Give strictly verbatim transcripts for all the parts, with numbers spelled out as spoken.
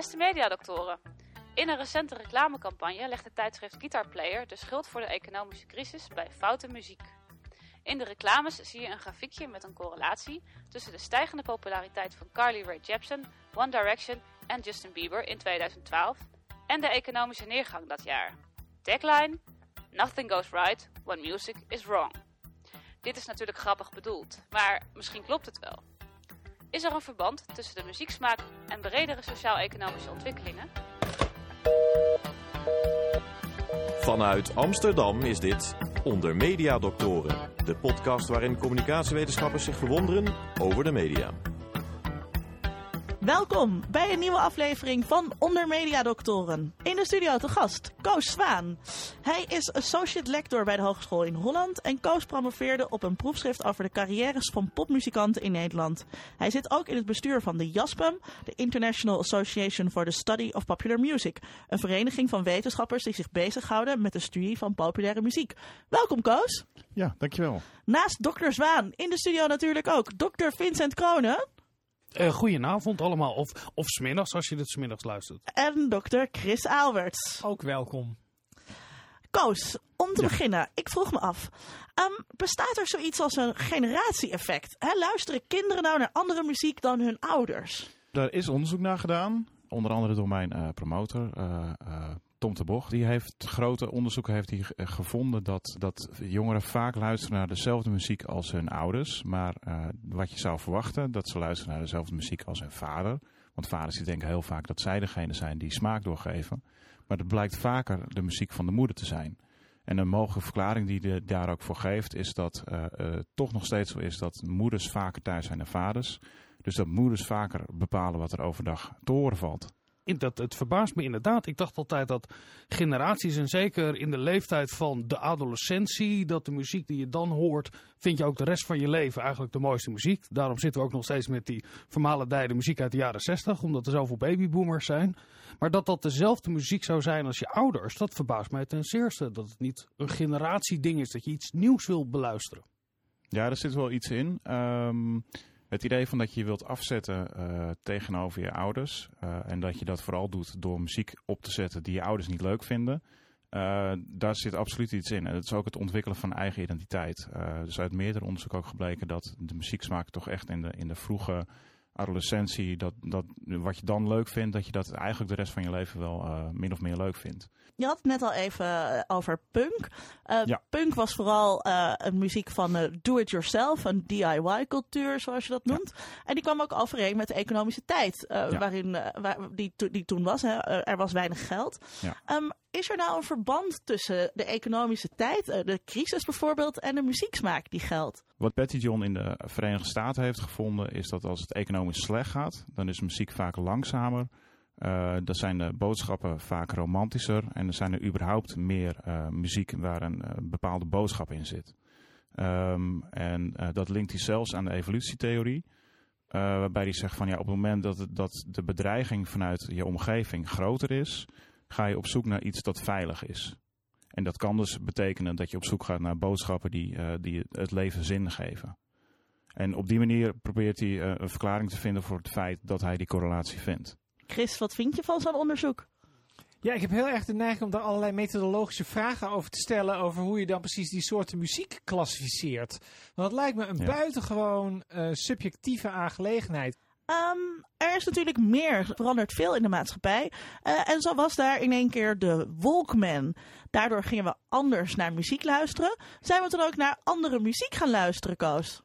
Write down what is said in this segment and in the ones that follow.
Beste mediadoktoren. In een recente reclamecampagne legt het tijdschrift Guitar Player de schuld voor de economische crisis bij foute muziek. In de reclames zie je een grafiekje met een correlatie tussen de stijgende populariteit van Carly Rae Jepsen, One Direction en Justin Bieber in tweeduizend twaalf en de economische neergang dat jaar. Tagline: Nothing goes right when music is wrong. Dit is natuurlijk grappig bedoeld, maar misschien klopt het wel. Is er een verband tussen de muzieksmaak en bredere sociaal-economische ontwikkelingen? Vanuit Amsterdam is dit Onder Mediadoktoren, de podcast waarin communicatiewetenschappers zich verwonderen over de media. Welkom bij een nieuwe aflevering van Onder Mediadoktoren. In de studio te gast Koos Zwaan. Hij is associate lector bij de Hogeschool in Holland en Koos promoveerde op een proefschrift over de carrières van popmuzikanten in Nederland. Hij zit ook in het bestuur van de JASPAM, de International Association for the Study of Popular Music, een vereniging van wetenschappers die zich bezighouden met de studie van populaire muziek. Welkom Koos. Ja, dankjewel. Naast dokter Zwaan in de studio natuurlijk ook dokter Vincent Kronen. Uh, goedenavond allemaal, of, of 's middags als je dit 's middags luistert. En dokter Chris Aalberts. Ook welkom. Koos, om te Ja. beginnen, ik vroeg me af. Um, bestaat er zoiets als een generatie-effect? Hè, luisteren kinderen nou naar andere muziek dan hun ouders? Daar is onderzoek naar gedaan, onder andere door mijn uh, promotor, uh, uh, Tom de Bocht. Die heeft grote onderzoeken heeft die gevonden dat, dat jongeren vaak luisteren naar dezelfde muziek als hun ouders. Maar uh, wat je zou verwachten, dat ze luisteren naar dezelfde muziek als hun vader. Want vaders die denken heel vaak dat zij degene zijn die smaak doorgeven. Maar het blijkt vaker de muziek van de moeder te zijn. En een mogelijke verklaring die de, daar ook voor geeft is dat uh, uh, toch nog steeds zo is dat moeders vaker thuis zijn dan vaders. Dus dat moeders vaker bepalen wat er overdag te horen valt. Dat, het verbaast me inderdaad. Ik dacht altijd dat generaties, en zeker in de leeftijd van de adolescentie, dat de muziek die je dan hoort, vind je ook de rest van je leven eigenlijk de mooiste muziek. Daarom zitten we ook nog steeds met die vermalendijde muziek uit de jaren zestig, omdat er zoveel babyboomers zijn. Maar dat dat dezelfde muziek zou zijn als je ouders, dat verbaast mij ten zeerste. Dat het niet een generatieding is, dat je iets nieuws wil beluisteren. Ja, er zit wel iets in. Um... Het idee van dat je je wilt afzetten uh, tegenover je ouders. Uh, en dat je dat vooral doet door muziek op te zetten die je ouders niet leuk vinden. Uh, daar zit absoluut iets in. En het is ook het ontwikkelen van eigen identiteit. Uh, dus uit meerdere onderzoek ook gebleken dat de muzieksmaak toch echt in de, in de vroege adolescentie, dat, dat wat je dan leuk vindt, dat je dat eigenlijk de rest van je leven wel uh, min of meer leuk vindt. Je had het net al even over punk. Uh, Ja. Punk was vooral uh, een muziek van uh, do-it-yourself, een D I Y-cultuur zoals je dat noemt. Ja. En die kwam ook overeen met de economische tijd uh, Ja. waarin, uh, waar, die, to- die toen was. Hè. Uh, er was weinig geld. Ja. Um, is er nou een verband tussen de economische tijd, uh, de crisis bijvoorbeeld, en de muzieksmaak die geldt? Wat Patty John in de Verenigde Staten heeft gevonden is dat als het economisch slecht gaat, dan is muziek vaak langzamer. Uh, dan zijn de boodschappen vaak romantischer en er zijn er überhaupt meer uh, muziek waar een uh, bepaalde boodschap in zit. Um, en uh, dat linkt hij zelfs aan de evolutietheorie, uh, waarbij hij zegt van ja, op het moment dat, het, dat de bedreiging vanuit je omgeving groter is, ga je op zoek naar iets dat veilig is. En dat kan dus betekenen dat je op zoek gaat naar boodschappen die, uh, die het leven zin geven. En op die manier probeert hij uh, een verklaring te vinden voor het feit dat hij die correlatie vindt. Chris, wat vind je van zo'n onderzoek? Ja, ik heb heel erg de neiging om daar allerlei methodologische vragen over te stellen over hoe je dan precies die soorten muziek klassificeert. Want het lijkt me een Ja. buitengewoon uh, subjectieve aangelegenheid. Um, er is natuurlijk meer, er verandert veel in de maatschappij. Uh, en zo was daar in één keer de Walkman. Daardoor gingen we anders naar muziek luisteren. Zijn we dan ook naar andere muziek gaan luisteren, Koos?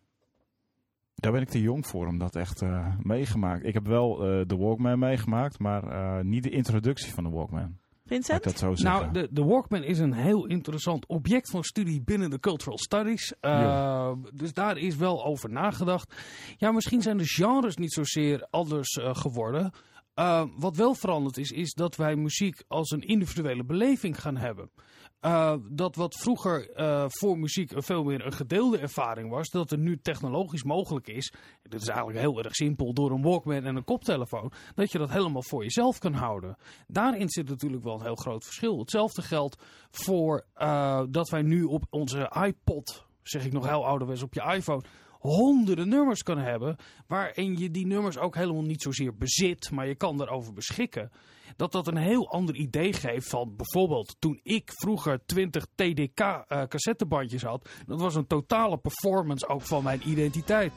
Daar ben ik te jong voor om dat echt uh, meegemaakt. Ik heb wel uh, de Walkman meegemaakt, maar uh, niet de introductie van de Walkman. Vincent? Ik dat zo zeggen. Nou, de, de Walkman is een heel interessant object van studie binnen de Cultural Studies. Uh, Ja. Dus daar is wel over nagedacht. Ja, misschien zijn de genres niet zozeer anders uh, geworden. Uh, wat wel veranderd is, is dat wij muziek als een individuele beleving gaan hebben. Uh, dat wat vroeger uh, voor muziek veel meer een gedeelde ervaring was, dat er nu technologisch mogelijk is, en dat is eigenlijk heel erg simpel, door een Walkman en een koptelefoon, dat je dat helemaal voor jezelf kan houden. Daarin zit natuurlijk wel een heel groot verschil. Hetzelfde geldt voor uh, dat wij nu op onze iPod, zeg ik nog heel ouderwets, op je iPhone, honderden nummers kan hebben, waarin je die nummers ook helemaal niet zozeer bezit, maar je kan erover beschikken. Dat dat een heel ander idee geeft van bijvoorbeeld toen ik vroeger twintig T D K uh, cassettebandjes had. Dat was een totale performance ook van mijn identiteit.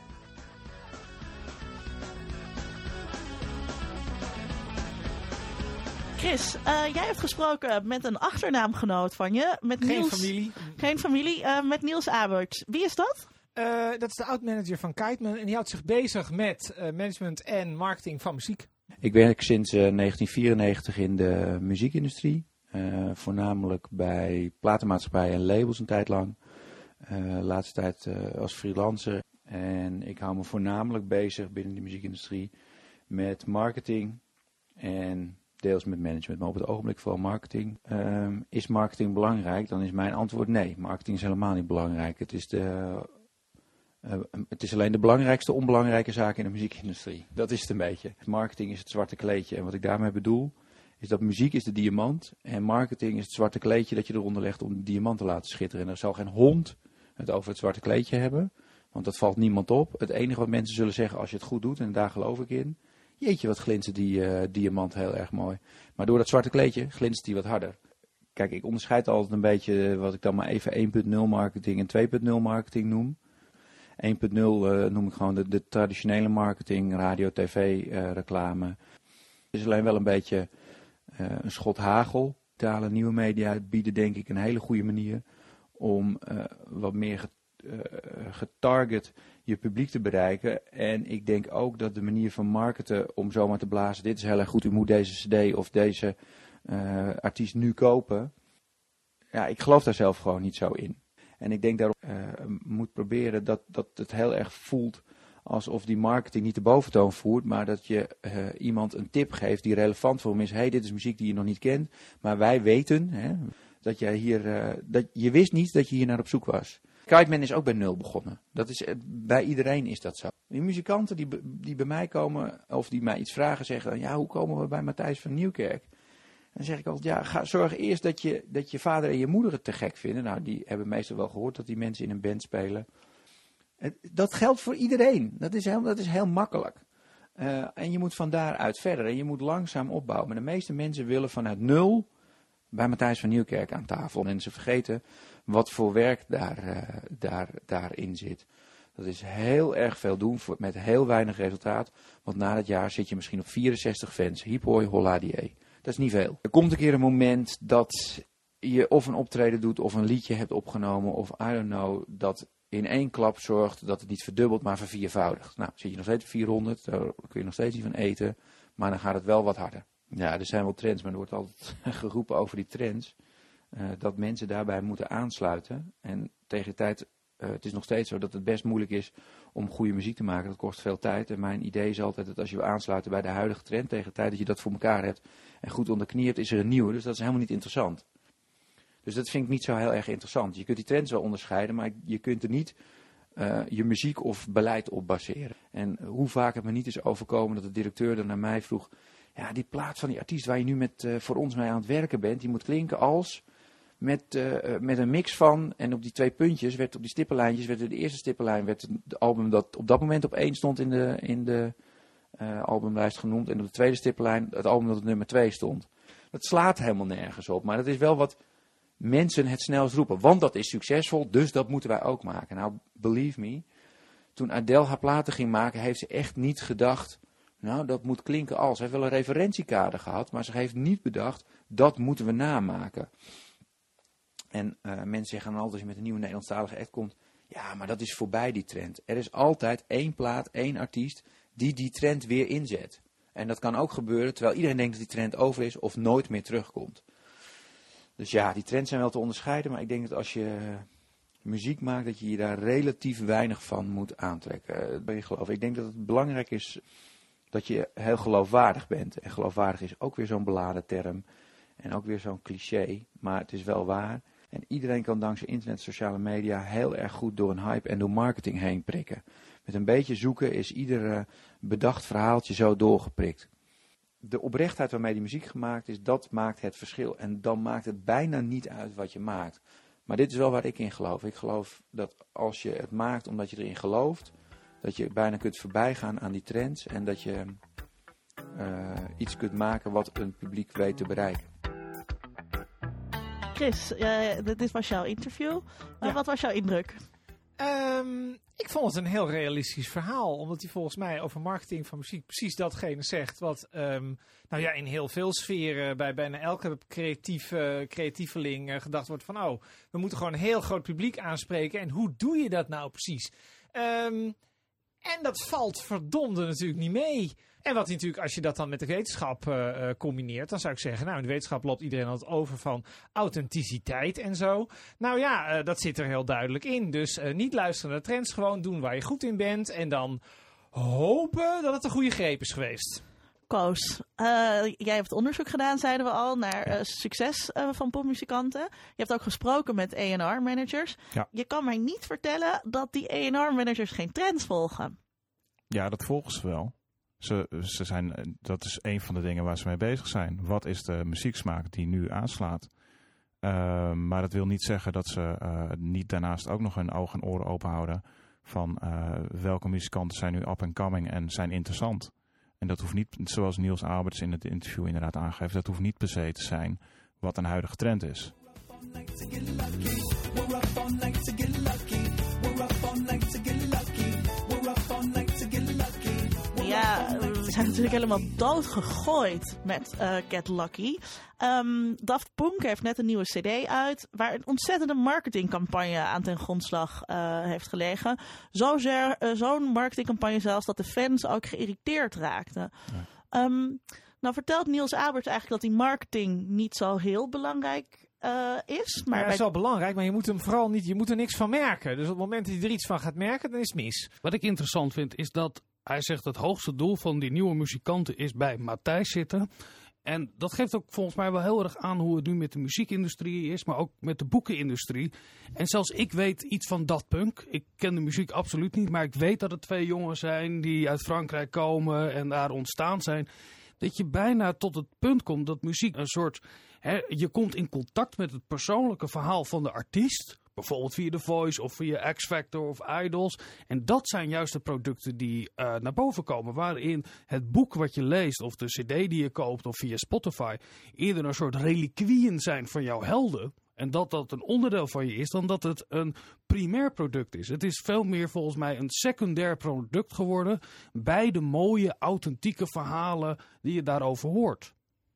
Chris, uh, jij hebt gesproken met een achternaamgenoot van je. Met Geen Niels, familie. Geen familie, uh, met Niels Aberts. Wie is dat? Uh, dat is de oud-manager van Kiteman en die houdt zich bezig met uh, management en marketing van muziek. Ik werk sinds uh, negentien vierennegentig in de muziekindustrie. Uh, voornamelijk bij platenmaatschappijen en labels een tijd lang. Uh, laatste tijd uh, als freelancer. En ik hou me voornamelijk bezig binnen de muziekindustrie met marketing en deels met management. Maar op het ogenblik vooral marketing. Uh, is marketing belangrijk? Dan is mijn antwoord nee. Marketing is helemaal niet belangrijk. Het is de... Uh, het is alleen de belangrijkste onbelangrijke zaak in de muziekindustrie. Dat is het een beetje. Marketing is het zwarte kleedje. En wat ik daarmee bedoel, is dat muziek is de diamant. En marketing is het zwarte kleedje dat je eronder legt om de diamant te laten schitteren. En er zal geen hond het over het zwarte kleedje hebben. Want dat valt niemand op. Het enige wat mensen zullen zeggen als je het goed doet, en daar geloof ik in. Jeetje, wat glinstert die uh, diamant heel erg mooi. Maar door dat zwarte kleedje glinstert die wat harder. Kijk, ik onderscheid altijd een beetje wat ik dan maar even één punt nul marketing en twee punt nul marketing noem. één punt nul uh, noem ik gewoon de, de traditionele marketing, radio, tv, uh, reclame. Het is alleen wel een beetje uh, een schot hagel. Digitale nieuwe media bieden denk ik een hele goede manier om uh, wat meer get, uh, getarget je publiek te bereiken. En ik denk ook dat de manier van marketen om zomaar te blazen, dit is heel erg goed, u moet deze cd of deze uh, artiest nu kopen. Ja, ik geloof daar zelf gewoon niet zo in. En ik denk daarom uh, moet proberen dat, dat het heel erg voelt alsof die marketing niet de boventoon voert, maar dat je uh, iemand een tip geeft die relevant voor hem is. Hey, dit is muziek die je nog niet kent, maar wij weten hè, dat jij hier, uh, dat je wist niet dat je hier naar op zoek was. Kiteman is ook bij nul begonnen. Dat is, uh, bij iedereen is dat zo. Die muzikanten die, die bij mij komen of die mij iets vragen zeggen dan, ja, hoe komen we bij Matthijs van Nieuwkerk? Dan zeg ik altijd, ja, ga, zorg eerst dat je, dat je vader en je moeder het te gek vinden. Nou, die hebben meestal wel gehoord dat die mensen in een band spelen. Het, dat geldt voor iedereen. Dat is heel, dat is heel makkelijk. Uh, en je moet van daaruit verder. En je moet langzaam opbouwen. Maar de meeste mensen willen vanuit nul bij Matthijs van Nieuwkerk aan tafel. En ze vergeten wat voor werk daar, uh, daar, daarin zit. Dat is heel erg veel doen voor, met heel weinig resultaat. Want na het jaar zit je misschien op vierenzestig fans. Hiep hoi, holla die. Dat is niet veel. Er komt een keer een moment dat je of een optreden doet of een liedje hebt opgenomen of I don't know, dat in één klap zorgt dat het niet verdubbelt, maar verviervoudigt. Nou, zit je nog steeds op vierhonderd, daar kun je nog steeds niet van eten, maar dan gaat het wel wat harder. Ja, er zijn wel trends, maar er wordt altijd geroepen over die trends, uh, dat mensen daarbij moeten aansluiten. En tegen de tijd, uh, het is nog steeds zo dat het best moeilijk is om goede muziek te maken. Dat kost veel tijd. En mijn idee is altijd dat als je wil aansluiten bij de huidige trend, tegen de tijd dat je dat voor elkaar hebt en goed onder de knie hebt, is er een nieuwe. Dus dat is helemaal niet interessant. Dus dat vind ik niet zo heel erg interessant. Je kunt die trends wel onderscheiden, maar je kunt er niet uh, je muziek of beleid op baseren. En hoe vaak het me niet is overkomen dat de directeur dan naar mij vroeg, ja, die plaat van die artiest waar je nu met, uh, voor ons mee aan het werken bent, die moet klinken als met, uh, met een mix van, en op die twee puntjes, werd op die stippenlijntjes, werd de eerste stippenlijn, werd het album dat op dat moment op één stond in de, in de uh, albumlijst genoemd, en op de tweede stippenlijn het album dat op nummer twee stond. Dat slaat helemaal nergens op, maar dat is wel wat mensen het snelst roepen, want dat is succesvol, dus dat moeten wij ook maken. Nou, believe me, toen Adele haar platen ging maken, heeft ze echt niet gedacht, nou, dat moet klinken als. Ze heeft wel een referentiekader gehad, maar ze heeft niet bedacht, dat moeten we namaken. En uh, mensen zeggen dan altijd, als je met een nieuwe Nederlandstalige act komt, ja, maar dat is voorbij die trend. Er is altijd één plaat, één artiest, die die trend weer inzet. En dat kan ook gebeuren, terwijl iedereen denkt dat die trend over is, of nooit meer terugkomt. Dus ja, die trends zijn wel te onderscheiden, maar ik denk dat als je muziek maakt, dat je je daar relatief weinig van moet aantrekken. Dat ben je geloof. Ik denk dat het belangrijk is dat je heel geloofwaardig bent. En geloofwaardig is ook weer zo'n beladen term. En ook weer zo'n cliché, maar het is wel waar. En iedereen kan dankzij internet, sociale media heel erg goed door een hype en door marketing heen prikken. Met een beetje zoeken is ieder uh, bedacht verhaaltje zo doorgeprikt. De oprechtheid waarmee die muziek gemaakt is, dat maakt het verschil. En dan maakt het bijna niet uit wat je maakt. Maar dit is wel waar ik in geloof. Ik geloof dat als je het maakt omdat je erin gelooft, dat je bijna kunt voorbijgaan aan die trends en dat je uh, iets kunt maken wat een publiek weet te bereiken. Chris, uh, dit was jouw interview. Maar ja. Wat was jouw indruk? Um, ik vond het een heel realistisch verhaal. Omdat hij volgens mij over marketing van muziek precies datgene zegt. Wat um, nou ja, in heel veel sferen bij bijna elke creatieve, creatieveling uh, gedacht wordt van... oh, we moeten gewoon een heel groot publiek aanspreken. En hoe doe je dat nou precies? Um, en dat valt verdomde natuurlijk niet mee. En wat natuurlijk, als je dat dan met de wetenschap uh, combineert, dan zou ik zeggen, nou, in de wetenschap loopt iedereen altijd over van authenticiteit en zo. Nou ja, uh, dat zit er heel duidelijk in. Dus uh, niet luisteren naar trends, gewoon doen waar je goed in bent en dan hopen dat het een goede greep is geweest. Koos, uh, jij hebt onderzoek gedaan, zeiden we al, naar uh, succes uh, van popmuzikanten. Je hebt ook gesproken met A en R-managers. Ja. Je kan mij niet vertellen dat die A en R-managers geen trends volgen. Ja, dat volgen ze wel. Ze, ze zijn, dat is een van de dingen waar ze mee bezig zijn. Wat is de muzieksmaak die nu aanslaat? Uh, maar dat wil niet zeggen dat ze uh, niet daarnaast ook nog hun ogen en oren open houden van uh, welke muzikanten zijn nu up and coming en zijn interessant. En dat hoeft niet, zoals Niels Alberts in het interview inderdaad aangeeft, dat hoeft niet per se te zijn wat een huidige trend is. Ja, we zijn natuurlijk helemaal doodgegooid met uh, Get Lucky. Um, Daft Punk heeft net een nieuwe cd uit, waar een ontzettende marketingcampagne aan ten grondslag uh, heeft gelegen. Zo uh, Zo'n marketingcampagne zelfs dat de fans ook geïrriteerd raakten. Ja. Um, nou vertelt Niels Alberts eigenlijk dat die marketing niet zo heel belangrijk Uh, is. Maar ja, dat is wel belangrijk, maar je moet hem vooral niet, je moet er niks van merken. Dus op het moment dat hij er iets van gaat merken, dan is het mis. Wat ik interessant vind, is dat hij zegt het hoogste doel van die nieuwe muzikanten is bij Matthijs zitten. En dat geeft ook volgens mij wel heel erg aan hoe het nu met de muziekindustrie is, maar ook met de boekenindustrie. En zelfs ik weet iets van Daft Punk. Ik ken de muziek absoluut niet, maar ik weet dat het twee jongens zijn die uit Frankrijk komen en daar ontstaan zijn. Dat je bijna tot het punt komt dat muziek een soort... Hè, je komt in contact met het persoonlijke verhaal van de artiest. Bijvoorbeeld via The Voice of via X Factor of Idols. En dat zijn juist de producten die uh, naar boven komen. Waarin het boek wat je leest of de cd die je koopt of via Spotify eerder een soort reliquieën zijn van jouw helden. En dat dat een onderdeel van je is dan dat het een primair product is. Het is veel meer volgens mij een secundair product geworden bij de mooie, authentieke verhalen die je daarover hoort.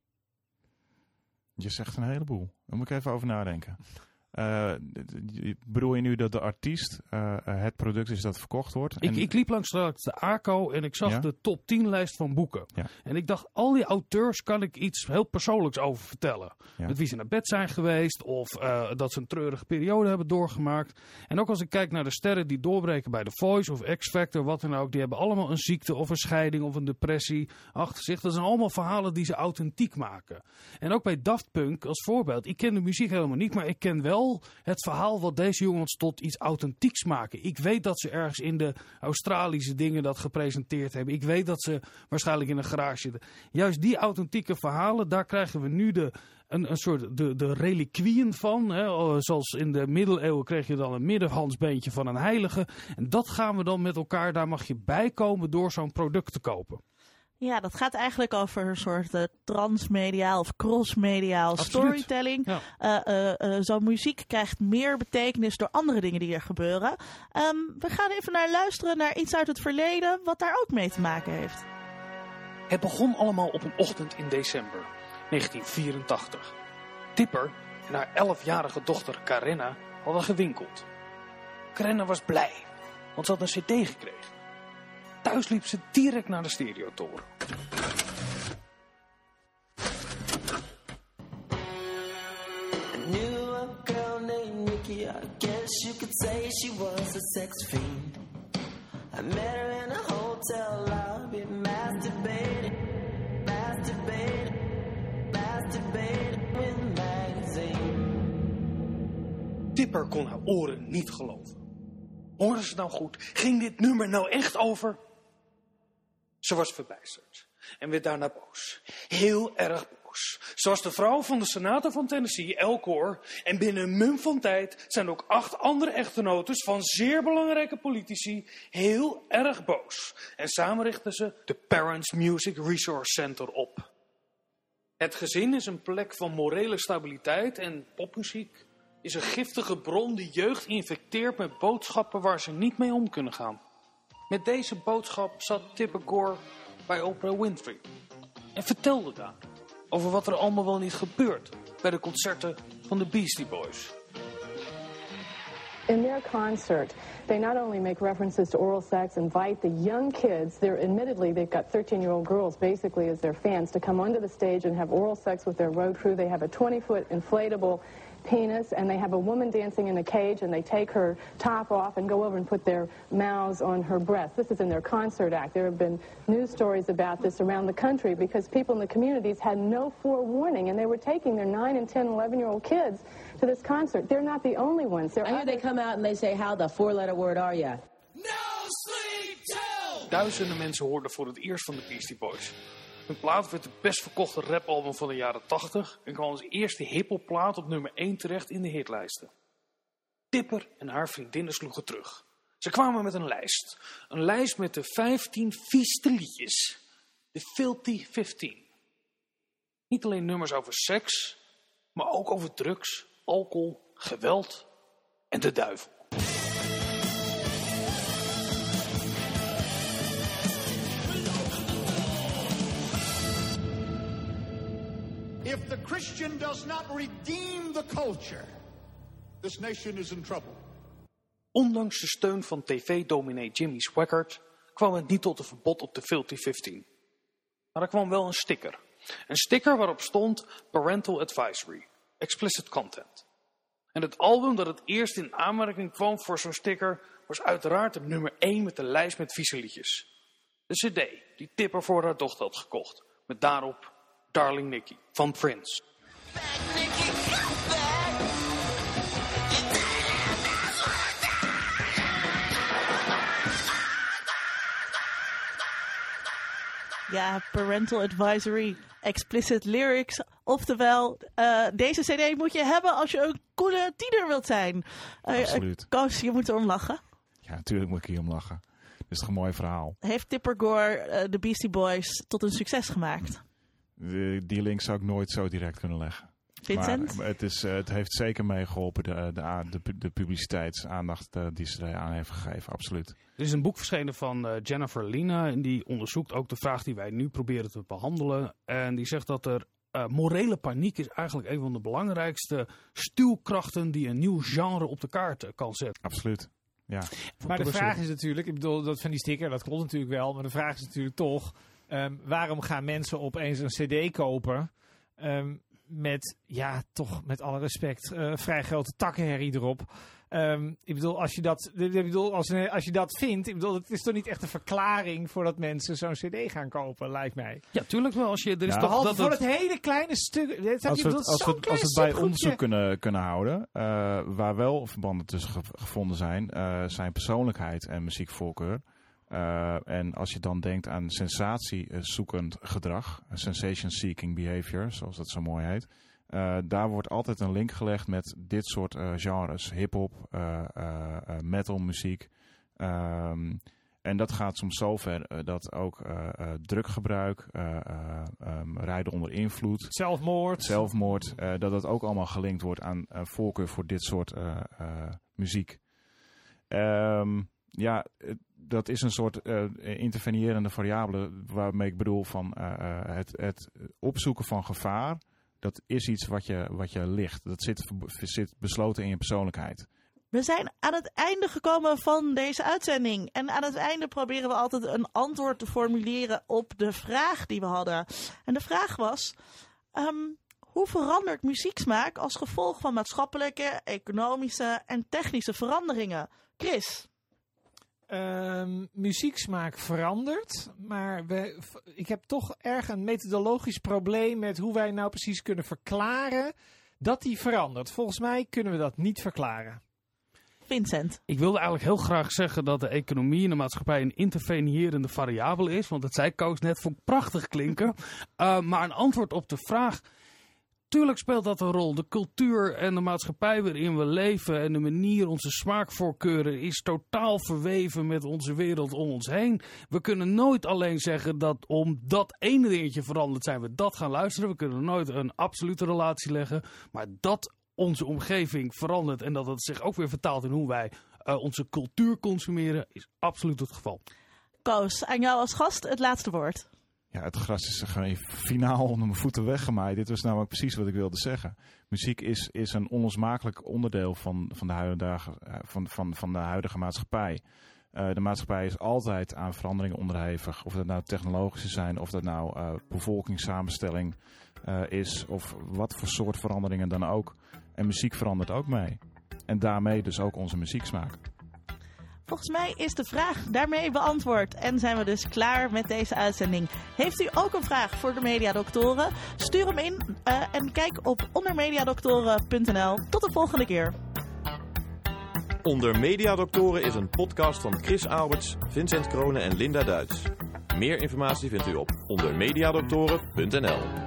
Je zegt een heleboel. Daar moet ik even over nadenken. Uh, bedoel je nu dat de artiest uh, het product is dat verkocht wordt? Ik, en... ik liep langs de A C O en ik zag ja? de top tien lijst van boeken. Ja. En ik dacht, al die auteurs kan ik iets heel persoonlijks over vertellen. Ja. Met wie ze naar bed zijn geweest of uh, dat ze een treurige periode hebben doorgemaakt. En ook als ik kijk naar de sterren die doorbreken bij The Voice of X Factor, wat dan ook. Die hebben allemaal een ziekte of een scheiding of een depressie achter zich. Dat zijn allemaal verhalen die ze authentiek maken. En ook bij Daft Punk als voorbeeld. Ik ken de muziek helemaal niet, maar ik ken wel het verhaal wat deze jongens tot iets authentieks maken. Ik weet dat ze ergens in de Australische dingen dat gepresenteerd hebben. Ik weet dat ze waarschijnlijk in een garage zitten. Juist die authentieke verhalen, daar krijgen we nu de, een, een soort de, de reliquieën van. Hè. Zoals in de middeleeuwen kreeg je dan een middenhandsbeentje van een heilige. En dat gaan we dan met elkaar, daar mag je bij komen door zo'n product te kopen. Ja, dat gaat eigenlijk over een soort uh, transmediaal of crossmediaal Absoluut. storytelling. Ja. Uh, uh, uh, Zo'n muziek krijgt meer betekenis door andere dingen die er gebeuren. Um, we gaan even naar luisteren naar iets uit het verleden wat daar ook mee te maken heeft. Het begon allemaal op een ochtend in december negentien vierentachtig. Tipper en haar elfjarige dochter Karenna hadden gewinkeld. Karenna was blij, want ze had een cd gekregen. Thuis liep ze direct naar de stereotoren. I knew a girl named Nikki, I guess you could say she was a sex fiend. I met her in a hotel lobby, masturbating, masturbating, masturbating with a magazine. Tipper kon haar oren niet geloven. Hoorden ze nou goed? Ging dit nummer nou echt over? Ze was verbijsterd en werd daarna boos. Heel erg boos. boos. Zoals de vrouw van de senator van Tennessee, Al Gore. En binnen een mum van tijd zijn ook acht andere echtgenotes van zeer belangrijke politici heel erg boos. En samen richten ze de Parents Music Resource Center op. Het gezin is een plek van morele stabiliteit en popmuziek is een giftige bron die jeugd infecteert met boodschappen waar ze niet mee om kunnen gaan. Met deze boodschap zat Tipper Gore bij Oprah Winfrey en vertelde daar over wat er allemaal wel niet gebeurt bij de concerten van de Beastie Boys. In their concert, they not only make references to oral sex, invite the young kids, they're admittedly, they've got thirteen-year-old girls basically as their fans, to come onto the stage and have oral sex with their road crew. They have a twenty-foot inflatable penis, and they have a woman dancing in a cage, and they take her top off and go over and put their mouths on her breasts. This is in their concert act. There have been news stories about this around the country because people in the communities had no forewarning, and they were taking their nine and ten, eleven-year-old kids to this concert. They're not the only ones. They're I hear they come out and they say, how the four-letter word are you? No sleep till! Duizenden mensen hoorden voor het eerst van de Beastie Boys. Hun plaat werd het best verkochte rapalbum van de jaren tachtig en kwam als eerste hiphopplaat op nummer één terecht in de hitlijsten. Tipper en haar vriendinnen sloegen terug. Ze kwamen met een lijst. Een lijst met de vijftien vieste liedjes. De Filthy vijftien. Niet alleen nummers over seks, maar ook over drugs, alcohol, geweld en de duivel. If the Christian does not redeem the culture, this nation is in trouble. Ondanks de steun van tv-dominee Jimmy Swaggart kwam het niet tot een verbod op de Filthy vijftien. Maar er kwam wel een sticker. Een sticker waarop stond Parental Advisory, Explicit Content. En het album dat het eerst in aanmerking kwam voor zo'n sticker was uiteraard de nummer één met de lijst met vieze liedjes. De cd die Tipper voor haar dochter had gekocht, met daarop Darling Nikki van Prince. Ja, parental advisory, explicit lyrics. Oftewel, uh, deze cd moet je hebben als je een coole tiener wilt zijn. Uh, Absoluut. Uh, Koos, je moet erom lachen. Ja, natuurlijk moet ik hier om lachen. Dat is toch een mooi verhaal. Heeft Tipper Gore uh, de Beastie Boys tot een succes gemaakt? De, die link zou ik nooit zo direct kunnen leggen. Vincent? Maar het, is, uh, het heeft zeker meegeholpen, de, de, de, de publiciteitsaandacht uh, die ze er aan heeft gegeven, absoluut. Er is een boek verschenen van uh, Jennifer Lina en die onderzoekt ook de vraag die wij nu proberen te behandelen. En die zegt dat er uh, morele paniek is eigenlijk een van de belangrijkste stuwkrachten die een nieuw genre op de kaart uh, kan zetten. Absoluut, ja. Maar de vraag is natuurlijk, ik bedoel, dat van die sticker, dat klopt natuurlijk wel, maar de vraag is natuurlijk toch, um, waarom gaan mensen opeens een cd kopen um, met, ja, toch met alle respect, uh, vrij grote takkenherrie erop. Um, ik bedoel, als je dat, ik bedoel, als, als je dat vindt, ik bedoel, het is toch niet echt een verklaring voordat mensen zo'n cd gaan kopen, lijkt mij. Ja, tuurlijk wel. Als je, er is ja, toch Behalve dat voor het... het hele kleine stuk. Als we het, als we het, als we het bij onderzoek kunnen, kunnen houden, uh, waar wel verbanden tussen ge- gevonden zijn, uh, zijn persoonlijkheid en muziekvoorkeur. Uh, en als je dan denkt aan sensatiezoekend gedrag, sensation-seeking behavior, zoals dat zo mooi heet. Uh, daar wordt altijd een link gelegd met dit soort uh, genres. Hip-hop, uh, uh, uh, metalmuziek. Um, en dat gaat soms zo ver uh, dat ook uh, uh, druggebruik, uh, uh, um, rijden onder invloed, zelfmoord, zelfmoord uh, dat dat ook allemaal gelinkt wordt aan uh, voorkeur voor dit soort uh, uh, muziek. Um, ja, dat is een soort uh, intervenierende variabele waarmee ik bedoel van uh, uh, het, het opzoeken van gevaar. Dat is iets wat je, wat je ligt. Dat zit, zit besloten in je persoonlijkheid. We zijn aan het einde gekomen van deze uitzending. En aan het einde proberen we altijd een antwoord te formuleren op de vraag die we hadden. En de vraag was, um, hoe verandert muzieksmaak als gevolg van maatschappelijke, economische en technische veranderingen? Chris? Um, muzieksmaak verandert, maar we, ik heb toch erg een methodologisch probleem met hoe wij nou precies kunnen verklaren dat die verandert. Volgens mij kunnen we dat niet verklaren. Vincent. Ik wilde eigenlijk heel graag zeggen dat de economie en de maatschappij een intervenierende variabele is. Want dat zei Koos net, vond ik prachtig klinken. Uh, maar een antwoord op de vraag... Tuurlijk speelt dat een rol. De cultuur en de maatschappij waarin we leven en de manier, onze smaakvoorkeuren is totaal verweven met onze wereld om ons heen. We kunnen nooit alleen zeggen dat om dat ene dingetje verandert zijn we dat gaan luisteren. We kunnen nooit een absolute relatie leggen. Maar dat onze omgeving verandert en dat het zich ook weer vertaalt in hoe wij uh, onze cultuur consumeren is absoluut het geval. Koos, aan jou als gast het laatste woord. Ja, het gras is gewoon finaal onder mijn voeten weggemaaid. Dit was namelijk precies wat ik wilde zeggen. Muziek is, is een onlosmakelijk onderdeel van, van, de, huidige, van, van, van de huidige maatschappij. Uh, de maatschappij is altijd aan veranderingen onderhevig. Of dat nou technologische zijn, of dat nou uh, bevolkingssamenstelling uh, is, of wat voor soort veranderingen dan ook. En muziek verandert ook mee. En daarmee dus ook onze muzieksmaak. Volgens mij is de vraag daarmee beantwoord en zijn we dus klaar met deze uitzending. Heeft u ook een vraag voor de Mediadoktoren? Stuur hem in uh, en kijk op ondermediadoktoren punt n l. Tot de volgende keer. Onder Mediadoktoren is een podcast van Chris Alberts, Vincent Kroonen en Linda Duits. Meer informatie vindt u op ondermediadoktoren punt n l.